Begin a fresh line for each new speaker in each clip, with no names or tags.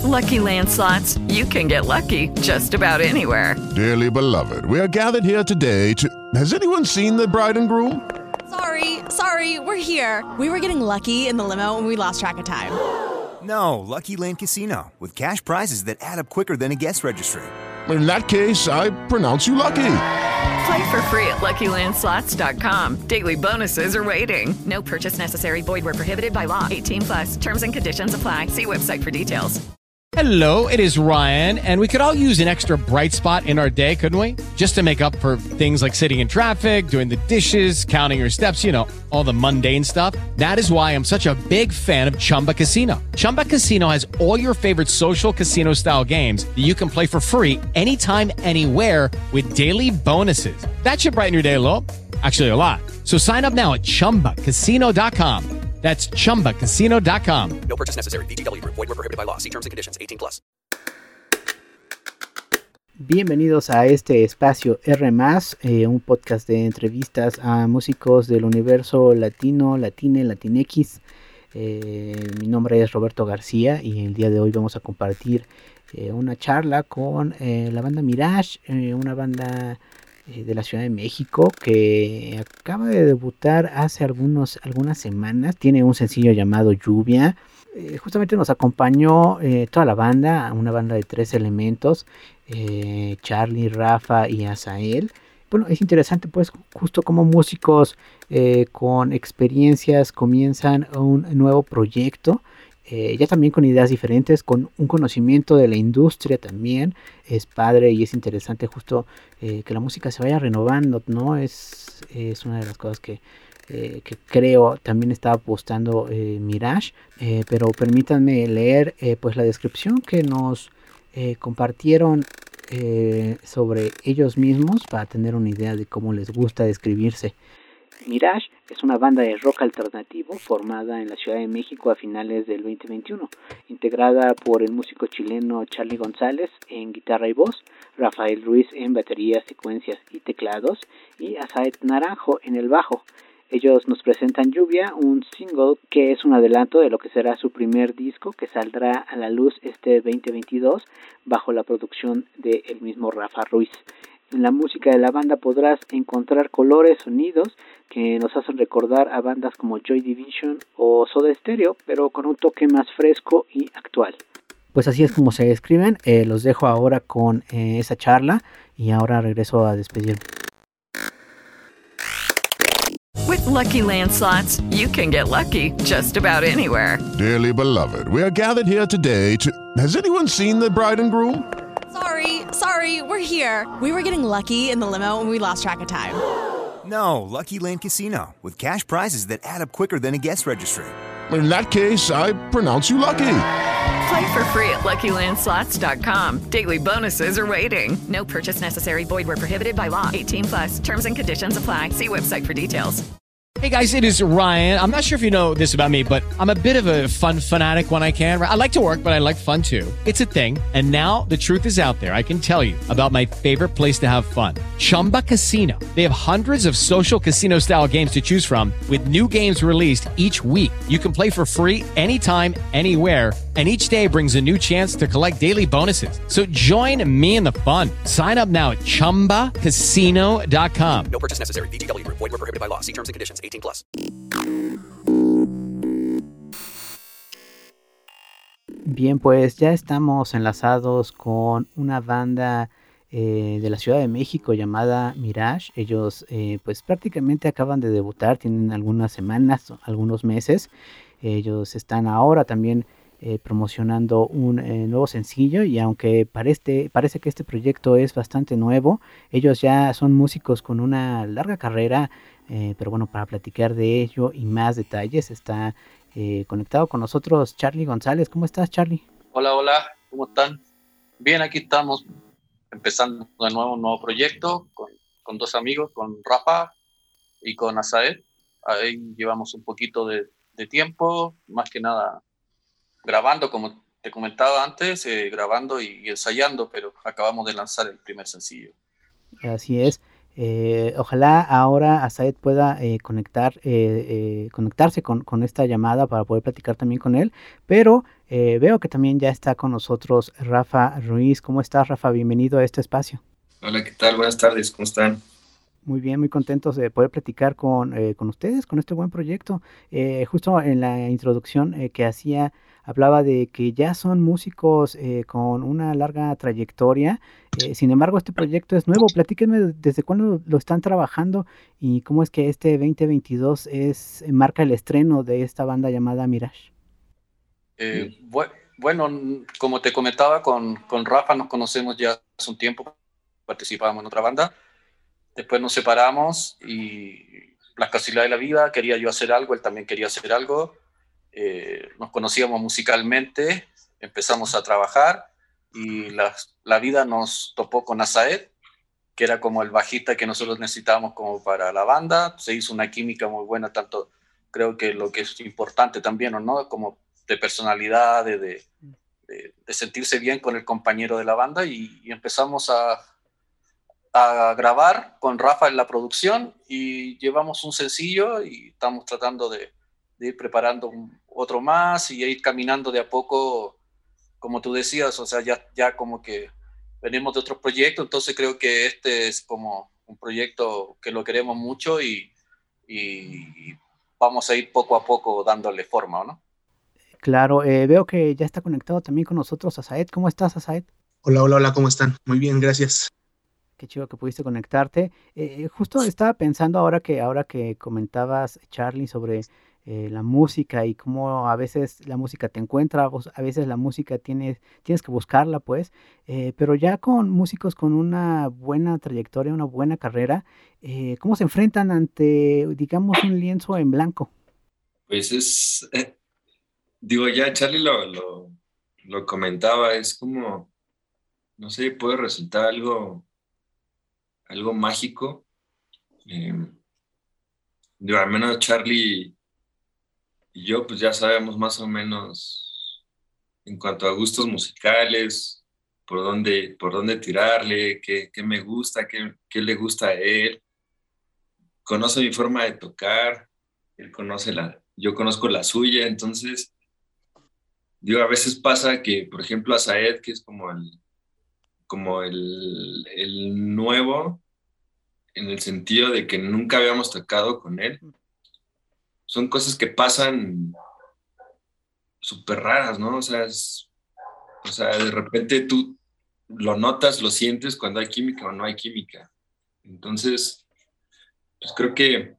Lucky Land Slots, you can get lucky just about anywhere.
Dearly beloved, we are gathered here today to... Has anyone seen the bride and groom?
Sorry, we're here. We were getting lucky in the limo and we lost track of time.
No, Lucky Land Casino, with cash prizes that add up quicker than a guest registry.
In that case, I pronounce you lucky.
Play for free at LuckyLandSlots.com. Daily bonuses are waiting. No purchase necessary. Void where prohibited by law. 18+. Terms and conditions apply. See website for details.
Hello, it is Ryan, and we could all use an extra bright spot in our day, couldn't we? Just to make up for things like sitting in traffic, doing the dishes, counting your steps, you know, all the mundane stuff. That is why I'm such a big fan of Chumba Casino. Chumba Casino has all your favorite social casino-style games that you can play for free anytime, anywhere with daily bonuses. That should brighten your day a little. Actually, a lot. So sign up now at ChumbaCasino.com. That's ChumbaCasino.com.
No purchase necessary. VGW Group. Void where prohibited by law. See terms and conditions. 18+.
Bienvenidos a este espacio R+, un podcast de entrevistas a músicos del universo latino, latine, latinex. Mi nombre es Roberto García y el día de hoy vamos a compartir una charla con la banda Mirage, una banda de la Ciudad de México que acaba de debutar hace algunas semanas. Tiene un sencillo llamado Lluvia. Justamente nos acompañó toda la banda, una banda de 3 elementos, Charlie, Rafa y Azael. Bueno, es interesante pues justo como músicos con experiencias comienzan un nuevo proyecto. Ya también con ideas diferentes, con un conocimiento de la industria también. Es padre y es interesante justo que la música se vaya renovando, ¿no? Es una de las cosas que creo también está apostando Mirage. Pero permítanme leer pues la descripción que nos compartieron sobre ellos mismos para tener una idea de cómo les gusta describirse. Mirage es una banda de rock alternativo formada en la Ciudad de México a finales del 2021, integrada por el músico chileno Charlie González en guitarra y voz, Rafael Ruiz en batería, secuencias y teclados, y Azael Naranjo en el bajo. Ellos nos presentan Lluvia, un single que es un adelanto de lo que será su primer disco que saldrá a la luz este 2022 bajo la producción del mismo Rafa Ruiz. En la música de la banda podrás encontrar colores, sonidos que nos hacen recordar a bandas como Joy Division o Soda Stereo, pero con un toque más fresco y actual. Pues así es como se describen. Los dejo ahora con esa charla y ahora regreso a despedirme.
With Lucky Land Slots, you can get lucky just about anywhere.
Dearly beloved, we are gathered here today to... Has anyone seen the bride and groom?
Sorry, we're here. We were getting lucky in the limo and we lost track of time.
No, Lucky Land Casino, with cash prizes that add up quicker than a guest registry.
In that case, I pronounce you lucky.
Play for free at LuckyLandSlots.com. Daily bonuses are waiting. No purchase necessary. Void where prohibited by law. 18+. Terms and conditions apply. See website for details.
Hey guys, it is Ryan. I'm not sure if you know this about me, but I'm a bit of a fun fanatic when I can. I like to work, but I like fun too. It's a thing. And now the truth is out there. I can tell you about my favorite place to have fun. Chumba Casino. They have hundreds of social casino style games to choose from with new games released each week. You can play for free anytime, anywhere. And each day brings a new chance to collect daily bonuses. So join me in the fun. Sign up now at ChumbaCasino.com.
No purchase necessary. VGW Group. Void where prohibited by law. See terms and conditions. 18+.
Bien, pues ya estamos enlazados con una banda de la Ciudad de México llamada Mirage. Ellos pues prácticamente acaban de debutar, tienen algunas semanas, algunos meses. Ellos están ahora también promocionando un nuevo sencillo, y aunque parece que este proyecto es bastante nuevo, ellos ya son músicos con una larga carrera, pero bueno, para platicar de ello y más detalles está conectado con nosotros Charlie González. ¿Cómo estás, Charlie?
Hola, ¿cómo están? Bien, aquí estamos empezando de nuevo un nuevo proyecto con 2 amigos, con Rafa y con Azael. Ahí llevamos un poquito de tiempo, más que nada grabando, como te comentaba antes, grabando y ensayando, pero acabamos de lanzar el primer sencillo.
Así es. Ojalá ahora Asaed pueda conectarse con esta llamada para poder platicar también con él, pero veo que también ya está con nosotros Rafa Ruiz. ¿Cómo estás, Rafa? Bienvenido a este espacio.
Hola, ¿qué tal? Buenas tardes, ¿cómo están?
Muy bien, muy contentos de poder platicar con ustedes, con este buen proyecto. Justo en la introducción que hacía, hablaba de que ya son músicos con una larga trayectoria. Sin embargo, este proyecto es nuevo. Platíquenme desde cuándo lo están trabajando y cómo es que este 2022 marca el estreno de esta banda llamada Mirage.
Bueno, como te comentaba, con Rafa nos conocemos ya hace un tiempo, participábamos en otra banda. Después nos separamos y las casualidades de la vida, quería yo hacer algo, él también quería hacer algo. Nos conocíamos musicalmente, empezamos a trabajar y la vida nos topó con Asaed, que era como el bajista que nosotros necesitábamos como para la banda. Se hizo una química muy buena, tanto creo que lo que es importante también, ¿no? Como de personalidad, de sentirse bien con el compañero de la banda y empezamos a grabar con Rafa en la producción y llevamos un sencillo y estamos tratando de ir preparando otro más y ir caminando de a poco, como tú decías, o sea, ya como que venimos de otros proyectos, entonces creo que este es como un proyecto que lo queremos mucho y vamos a ir poco a poco dándole forma, ¿no?
Claro, veo que ya está conectado también con nosotros Asaed. ¿Cómo estás, Asaed?
Hola, ¿cómo están? Muy bien, gracias.
Qué chido que pudiste conectarte. Justo estaba pensando ahora que comentabas, Charlie, sobre la música y cómo a veces la música te encuentra, a veces la música tienes que buscarla, pues, pero ya con músicos con una buena trayectoria, una buena carrera, ¿cómo se enfrentan ante, digamos, un lienzo en blanco?
Pues digo, ya Charlie lo comentaba, es como, no sé, puede resultar algo mágico. Digo, al menos Charlie y yo, pues ya sabemos más o menos en cuanto a gustos musicales, por dónde tirarle, qué me gusta, qué le gusta a él. Conoce mi forma de tocar, él conoce yo conozco la suya, entonces, digo, a veces pasa que, por ejemplo, a Saed, que es como el nuevo, en el sentido de que nunca habíamos tocado con él, son cosas que pasan súper raras, ¿no? O sea, de repente tú lo notas, lo sientes cuando hay química o no hay química. Entonces, pues creo que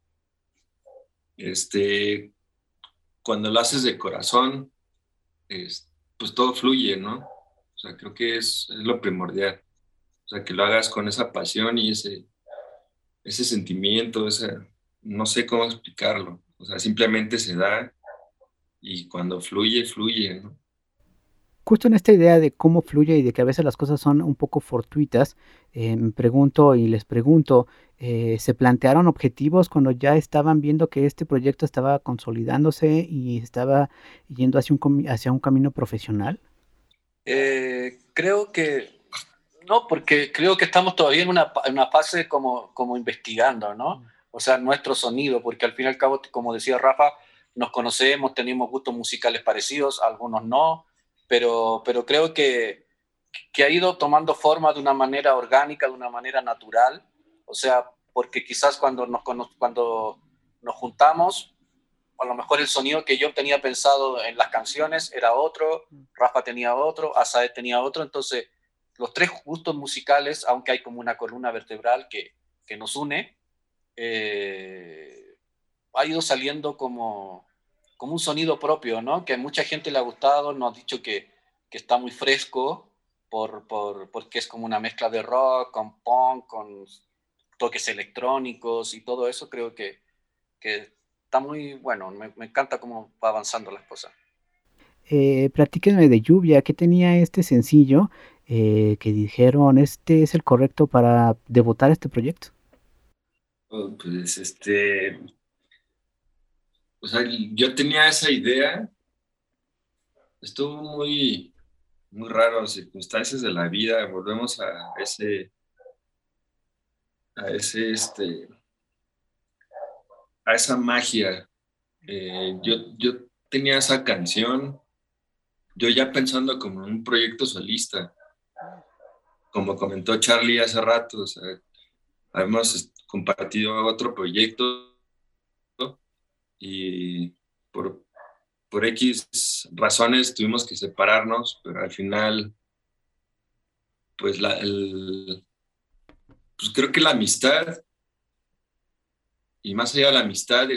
cuando lo haces de corazón, pues todo fluye, ¿no? O sea, creo que es lo primordial. O sea, que lo hagas con esa pasión y ese sentimiento, no sé cómo explicarlo. O sea, simplemente se da y cuando fluye, fluye, ¿no?
Justo en esta idea de cómo fluye y de que a veces las cosas son un poco fortuitas, me pregunto y les pregunto, ¿se plantearon objetivos cuando ya estaban viendo que este proyecto estaba consolidándose y estaba yendo hacia un camino profesional?
Creo que no, porque creo que estamos todavía en una fase como investigando, ¿no? O sea, nuestro sonido, porque al fin y al cabo, como decía Rafa, nos conocemos, tenemos gustos musicales parecidos, algunos no, pero creo que ha ido tomando forma de una manera orgánica, de una manera natural. O sea, porque quizás cuando nos juntamos, a lo mejor el sonido que yo tenía pensado en las canciones era otro, Rafa tenía otro, Asaed tenía otro, entonces los tres gustos musicales, aunque hay como una columna vertebral que nos une, ha ido saliendo como un sonido propio, ¿no? Que a mucha gente le ha gustado, nos ha dicho que está muy fresco, porque es como una mezcla de rock, con punk, con toques electrónicos y todo eso. Creo que está muy bueno, me encanta cómo va avanzando las cosas.
Platíquenme de Lluvia, ¿qué tenía este sencillo que dijeron, este es el correcto para debutar este proyecto?
Pues o sea, yo tenía esa idea, estuvo muy, muy raro, circunstancias de la vida, volvemos a a ese, a esa magia. Yo tenía esa canción, yo ya pensando como en un proyecto solista, como comentó Charlie hace rato, o sea, hemos compartido otro proyecto y por X razones tuvimos que separarnos, pero al final, pues, pues creo que la amistad, y más allá de la amistad,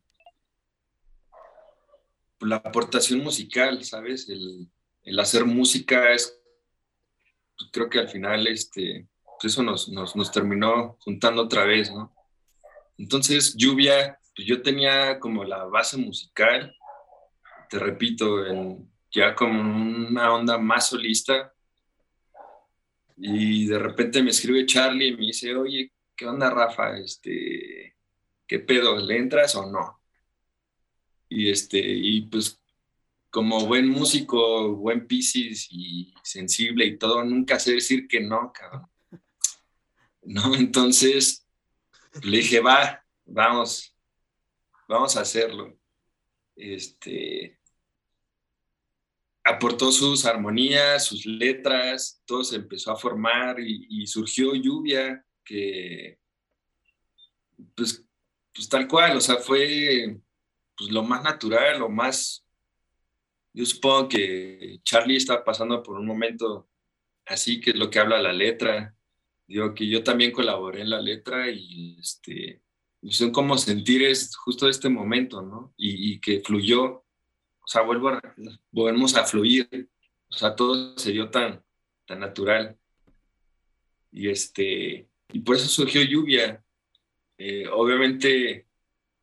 la aportación musical, ¿sabes? El hacer música es, pues, creo que al final, pues eso nos terminó juntando otra vez, ¿no? Entonces, Lluvia, pues yo tenía como la base musical, te repito, ya como una onda más solista, y de repente me escribe Charlie y me dice, oye, ¿qué onda, Rafa? ¿Qué pedo? ¿Le entras o no? Y pues como buen músico, buen Piscis y sensible y todo, nunca sé decir que no, cabrón. ¿No? Entonces le dije, vamos a hacerlo. Aportó sus armonías, sus letras, todo se empezó a formar y surgió Lluvia, que pues tal cual, o sea, fue pues lo más natural, lo más... Yo supongo que Charlie está pasando por un momento así, que es lo que habla la letra. Digo que yo también colaboré en la letra y son como sentires justo este momento, ¿no? Y que fluyó, o sea, volvemos a fluir, o sea, todo se dio tan natural. Y por eso surgió Lluvia. Obviamente,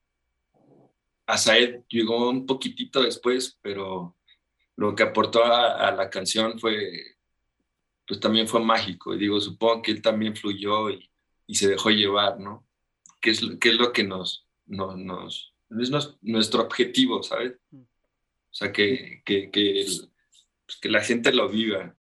Asaed llegó un poquitito después, pero lo que aportó a la canción pues también fue mágico. Y digo, supongo que él también fluyó y se dejó llevar, ¿no? ¿Qué es lo que es nuestro objetivo, ¿sabes? O sea, pues que la gente lo viva.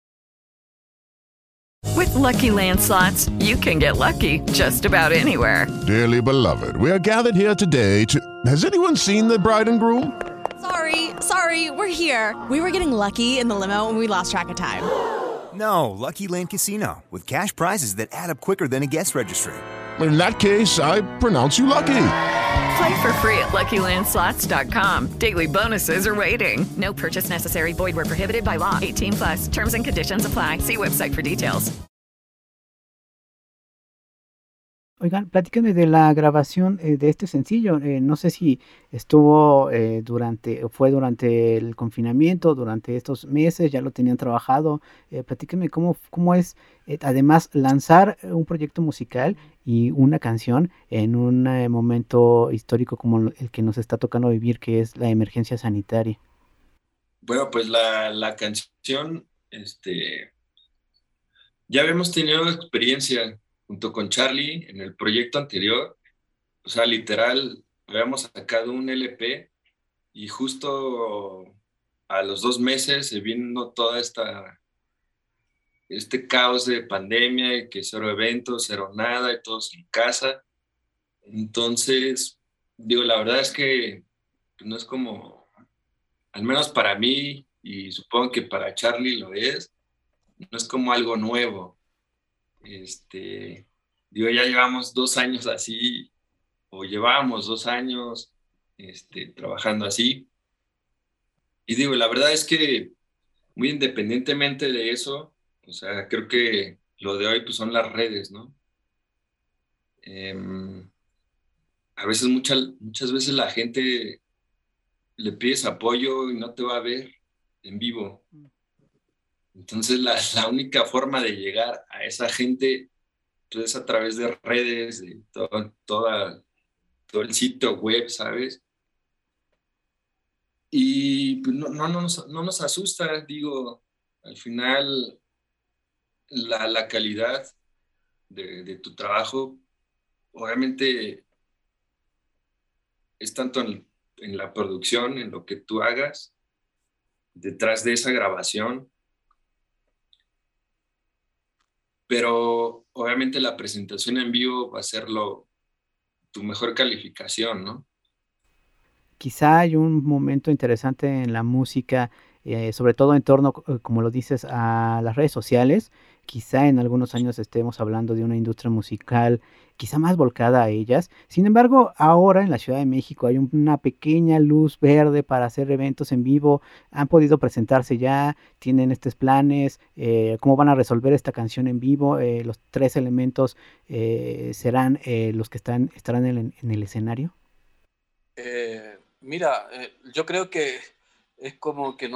With Lucky Land Slots, you can get lucky just about anywhere.
Dearly beloved, we are gathered here today to... Has anyone seen the bride and groom?
Sorry, we're here. We were getting lucky in the limo and we lost track of time.
No, Lucky Land Casino, with cash prizes that add up quicker than a guest registry.
In that case, I pronounce you lucky.
Play for free at LuckyLandSlots.com. Daily bonuses are waiting. No purchase necessary. Void where prohibited by law. 18+. Terms and conditions apply. See website for details.
Oigan, platíquenme de la grabación de este sencillo. No sé si estuvo fue durante el confinamiento, durante estos meses, ya lo tenían trabajado. Platíquenme cómo es, además, lanzar un proyecto musical y una canción en un momento histórico como el que nos está tocando vivir, que es la emergencia sanitaria.
Bueno, pues la canción, ya habíamos tenido experiencia junto con Charlie en el proyecto anterior. O sea, literal, habíamos sacado un LP y justo a los 2 meses se vino toda este caos de pandemia y que 0 eventos, 0 nada y todos en casa. Entonces, digo, la verdad es que no es como, al menos para mí y supongo que para Charlie lo es, no es como algo nuevo. Digo, ya llevamos 2 años así, o llevábamos 2 años trabajando así. Y digo, la verdad es que muy independientemente de eso, o sea, creo que lo de hoy pues son las redes, ¿no? A veces, muchas veces la gente le pides apoyo y no te va a ver en vivo. Entonces la única forma de llegar a esa gente pues, es a través de redes, de todo el sitio web, ¿sabes? Y pues, no nos asusta, digo, al final la calidad de tu trabajo obviamente es tanto en la producción, en lo que tú hagas, detrás de esa grabación. Pero obviamente la presentación en vivo va a ser tu mejor calificación, ¿no?
Quizá hay un momento interesante en la música, sobre todo en torno, como lo dices, a las redes sociales. Quizá en algunos años estemos hablando de una industria musical quizá más volcada a ellas. Sin embargo, ahora en la Ciudad de México hay una pequeña luz verde para hacer eventos en vivo. Han podido presentarse ya, tienen estos planes, cómo van a resolver esta canción en vivo. Los 3 elementos serán los que estarán en el escenario.
Mira, yo creo que es como que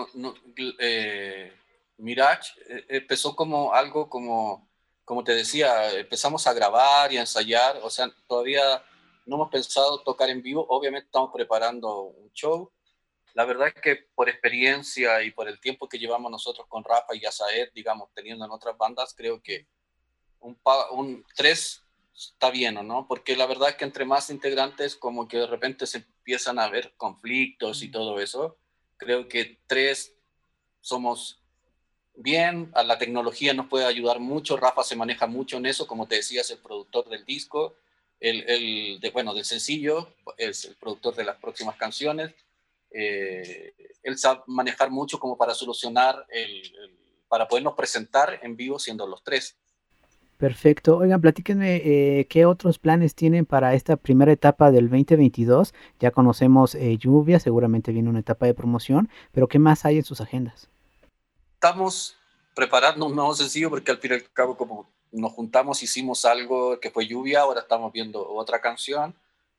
Mirage empezó como algo como te decía, empezamos a grabar y a ensayar, o sea, todavía no hemos pensado tocar en vivo, obviamente estamos preparando un show. La verdad es que por experiencia y por el tiempo que llevamos nosotros con Rafa y Azaed, digamos, teniendo en otras bandas, creo que un 3 está bien, ¿o no? Porque la verdad es que entre más integrantes como que de repente se empiezan a ver conflictos y todo eso. Creo que 3 somos bien, a la tecnología nos puede ayudar mucho, Rafa se maneja mucho en eso, como te decía, es el productor del disco, del sencillo, es el productor de las próximas canciones. Él sabe manejar mucho como para solucionar, para podernos presentar en vivo siendo los 3.
Perfecto. Oigan, platíquenme qué otros planes tienen para esta primera etapa del 2022. Ya conocemos Lluvia, seguramente viene una etapa de promoción, pero ¿qué más hay en sus agendas?
Estamos preparando un nuevo sencillo porque al fin y al cabo como nos juntamos, hicimos algo que fue Lluvia, ahora estamos viendo otra canción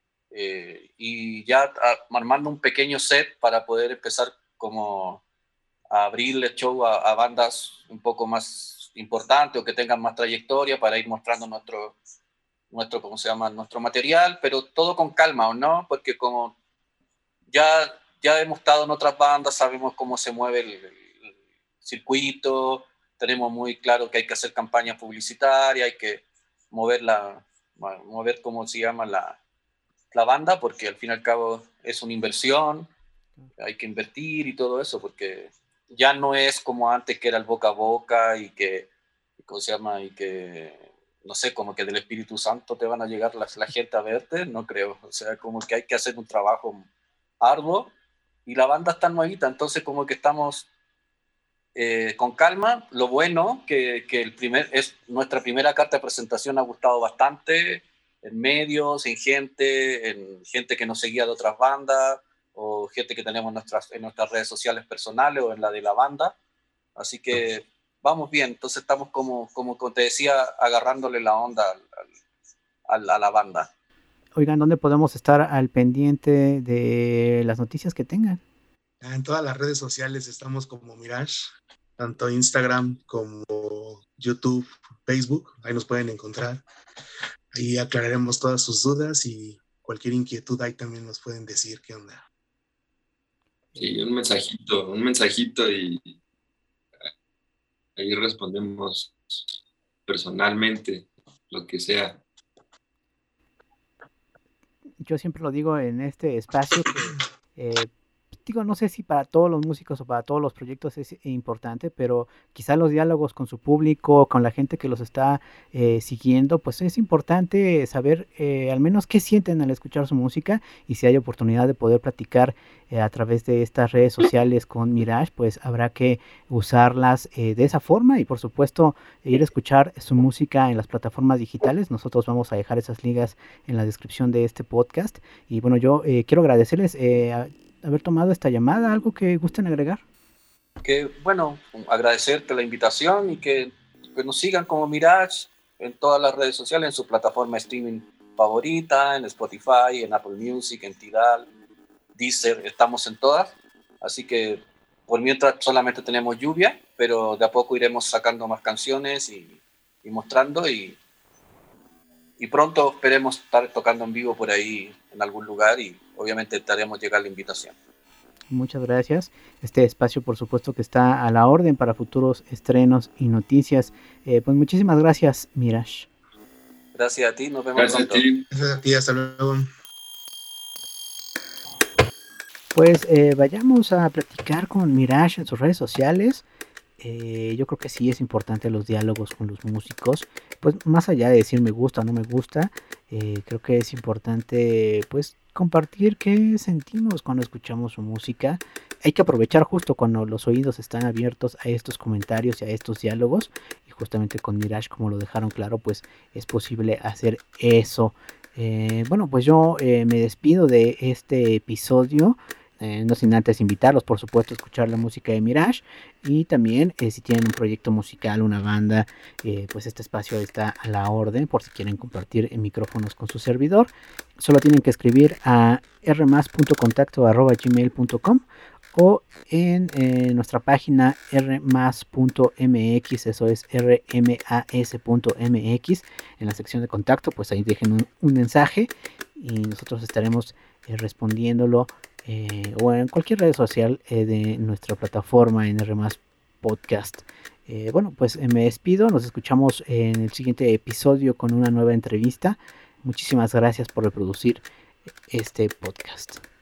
y ya armando un pequeño set para poder empezar como a abrirle show a bandas un poco más importante o que tengan más trayectoria para ir mostrando nuestro nuestro material, pero todo con calma, ¿o no? Porque como ya hemos estado en otras bandas, sabemos cómo se mueve el circuito, tenemos muy claro que hay que hacer campaña publicitaria, hay que mover cómo se llama la banda, porque al fin y al cabo es una inversión, hay que invertir y todo eso, porque ya no es como antes que era el boca a boca y que, ¿cómo se llama? Y que, no sé, como que del Espíritu Santo te van a llegar la gente a verte, no creo. O sea, como que hay que hacer un trabajo arduo y la banda está nuevita, entonces como que estamos con calma. Lo bueno que es nuestra primera carta de presentación ha gustado bastante en medios, en gente que nos seguía de otras bandas o gente que tenemos en nuestras redes sociales personales o en la de la banda. Así que vamos bien, entonces estamos como te decía, agarrándole la onda a la banda.
Oigan, ¿dónde podemos estar al pendiente de las noticias que tengan?
En todas las redes sociales estamos como Mirage, tanto Instagram como YouTube, Facebook, ahí nos pueden encontrar. Ahí aclararemos todas sus dudas y cualquier inquietud ahí también nos pueden decir qué onda.
Sí, un mensajito y ahí respondemos personalmente, lo que sea.
Yo siempre lo digo en este espacio que no sé si para todos los músicos o para todos los proyectos es importante, pero quizá los diálogos con su público, con la gente que los está siguiendo, pues es importante saber al menos qué sienten al escuchar su música, y si hay oportunidad de poder platicar a través de estas redes sociales con Mirage, pues habrá que usarlas de esa forma, y por supuesto ir a escuchar su música en las plataformas digitales. Nosotros vamos a dejar esas ligas en la descripción de este podcast, y bueno, yo quiero agradecerles haber tomado esta llamada. ¿Algo que gusten agregar?
Que bueno, agradecerte la invitación y que nos sigan como Mirage en todas las redes sociales, en su plataforma streaming favorita, en Spotify, en Apple Music, en Tidal, Deezer, estamos en todas. Así que por mientras solamente tenemos Lluvia, pero de a poco iremos sacando más canciones y mostrando, y pronto esperemos estar tocando en vivo por ahí en algún lugar, y obviamente estaremos llegando a la invitación.
Muchas gracias. Este espacio, por supuesto, que está a la orden para futuros estrenos y noticias. Pues muchísimas gracias, Mirage.
Gracias a ti, nos vemos pronto.
Gracias a ti, hasta luego.
Pues vayamos a platicar con Mirage en sus redes sociales. Yo creo que sí es importante los diálogos con los músicos, pues más allá de decir me gusta o no me gusta, creo que es importante pues compartir qué sentimos cuando escuchamos su música. Hay que aprovechar justo cuando los oídos están abiertos a estos comentarios y a estos diálogos, y justamente con Mirage, como lo dejaron claro, pues es posible hacer eso. Bueno, pues yo me despido de este episodio. No sin antes invitarlos, por supuesto, a escuchar la música de Mirage. Y también, si tienen un proyecto musical, una banda, pues este espacio está a la orden por si quieren compartir micrófonos con su servidor. Solo tienen que escribir a rmas.contacto@gmail.com o en nuestra página rmas.mx, eso es rmas.mx. En la sección de contacto, pues ahí dejen un mensaje y nosotros estaremos respondiéndolo, o en cualquier red social de nuestra plataforma en R+ Podcast. Bueno, pues me despido, nos escuchamos en el siguiente episodio con una nueva entrevista. Muchísimas gracias por reproducir este podcast.